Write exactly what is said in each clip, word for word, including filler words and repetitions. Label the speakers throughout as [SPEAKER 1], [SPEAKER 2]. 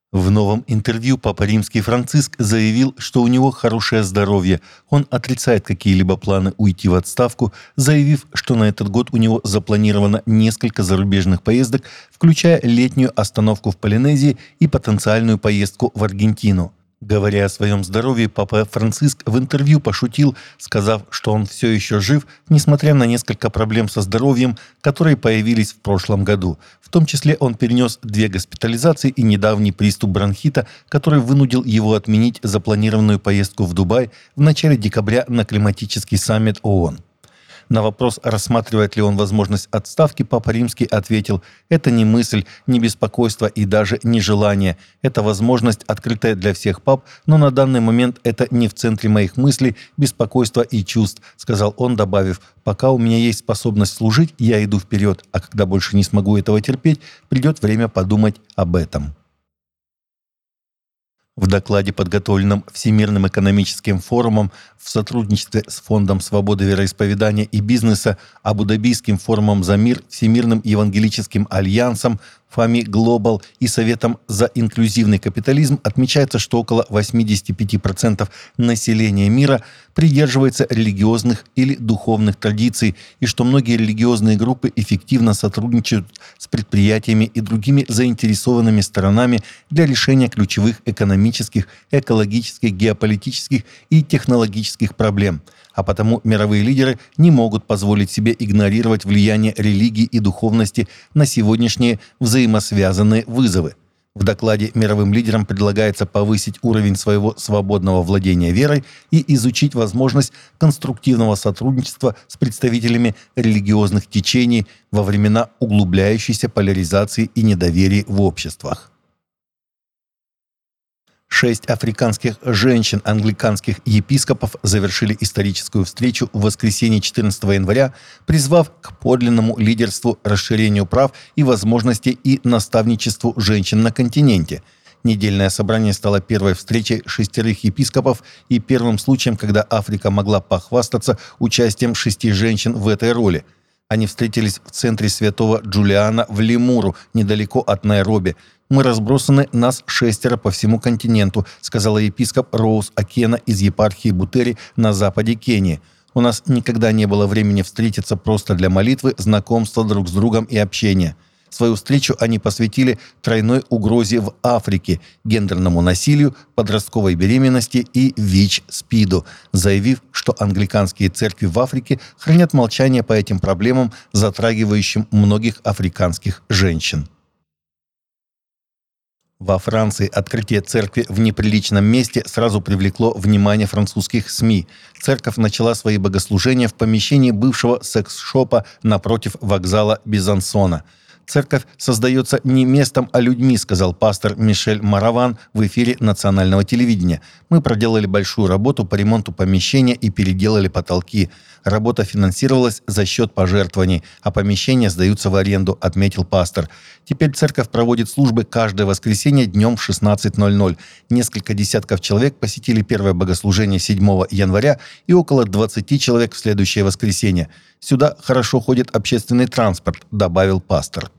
[SPEAKER 1] В новом интервью Папа Римский Франциск заявил, что у него хорошее здоровье. Он отрицает какие-либо планы уйти в отставку, заявив, что на этот год у него запланировано несколько зарубежных поездок, включая летнюю остановку в Полинезии и потенциальную поездку в Аргентину. Говоря о своем здоровье, Папа Франциск в интервью пошутил, сказав, что он все еще жив, несмотря на несколько проблем со здоровьем, которые появились в прошлом году. В том числе он перенес две госпитализации и недавний приступ бронхита, который вынудил его отменить запланированную поездку в Дубай в начале декабря на климатический саммит ООН. На вопрос, рассматривает ли он возможность отставки, Папа Римский ответил: «Это не мысль, не беспокойство и даже не желание. Это возможность, открытая для всех пап, но на данный момент это не в центре моих мыслей, беспокойства и чувств», — сказал он, добавив: «Пока у меня есть способность служить, я иду вперед, а когда больше не смогу этого терпеть, придет время подумать об этом». В докладе, подготовленном Всемирным экономическим форумом в сотрудничестве с Фондом свободы вероисповедания и бизнеса, Абу-Дабийским форумом за мир, Всемирным евангелическим альянсом, ФАМИ Глобал и Советом за инклюзивный капитализм, отмечается, что около восемьдесят пять процентов населения мира придерживается религиозных или духовных традиций, и что многие религиозные группы эффективно сотрудничают с предприятиями и другими заинтересованными сторонами для решения ключевых экономических, экологических, геополитических и технологических проблем. А потому мировые лидеры не могут позволить себе игнорировать влияние религии и духовности на сегодняшние взаимосвязанные вызовы. В докладе мировым лидерам предлагается повысить уровень своего свободного владения верой и изучить возможность конструктивного сотрудничества с представителями религиозных течений во времена углубляющейся поляризации и недоверия в обществах. Шесть африканских женщин-англиканских епископов завершили историческую встречу в воскресенье четырнадцатого января, призвав к подлинному лидерству, расширению прав и возможностей и наставничеству женщин на континенте. Недельное собрание стало первой встречей шестерых епископов и первым случаем, когда Африка могла похвастаться участием шести женщин в этой роли. Они встретились в центре Святого Джулиана в Лимуру, недалеко от Найроби. «Мы разбросаны, нас шестеро по всему континенту», сказала епископ Роуз Акена из епархии Бутери на западе Кении. «У нас никогда не было времени встретиться просто для молитвы, знакомства друг с другом и общения». Свою встречу они посвятили тройной угрозе в Африке – гендерному насилию, подростковой беременности и ВИЧ-СПИДу, заявив, что англиканские церкви в Африке хранят молчание по этим проблемам, затрагивающим многих африканских женщин. Во Франции открытие церкви в неприличном месте сразу привлекло внимание французских СМИ. Церковь начала свои богослужения в помещении бывшего секс-шопа напротив вокзала Безансона. «Церковь создается не местом, а людьми», сказал пастор Мишель Мараван в эфире национального телевидения. «Мы проделали большую работу по ремонту помещения и переделали потолки. Работа финансировалась за счет пожертвований, а помещения сдаются в аренду», отметил пастор. «Теперь церковь проводит службы каждое воскресенье днем в шестнадцать ноль ноль. Несколько десятков человек посетили первое богослужение седьмого января и около двадцати человек в следующее воскресенье. Сюда хорошо ходит общественный транспорт», добавил пастор.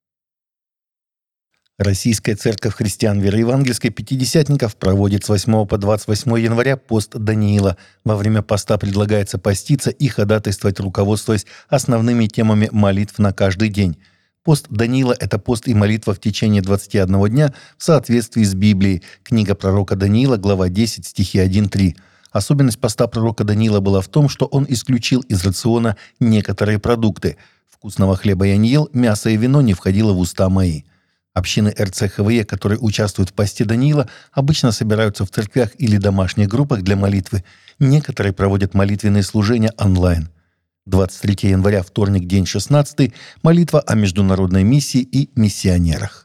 [SPEAKER 1] Российская церковь христиан вероевангельской пятидесятников проводит с восьмого по двадцать восьмое января пост Даниила. Во время поста предлагается поститься и ходатайствовать, руководствуясь основными темами молитв на каждый день. Пост Даниила – это пост и молитва в течение двадцати одного дня в соответствии с Библией. Книга пророка Даниила, глава десять, стихи один-три. Особенность поста пророка Даниила была в том, что он исключил из рациона некоторые продукты. «Вкусного хлеба я не ел, мясо и вино не входило в уста мои». Общины эр цэ ха вэ е, которые участвуют в посте Даниила, обычно собираются в церквях или домашних группах для молитвы. Некоторые проводят молитвенные служения онлайн. двадцать третьего января, вторник, день шестнадцатый, молитва о международной миссии и миссионерах.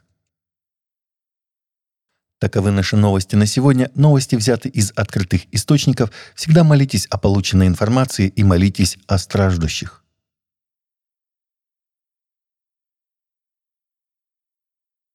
[SPEAKER 1] Таковы наши новости на сегодня. Новости взяты из открытых источников. Всегда молитесь о полученной информации и молитесь о страждущих.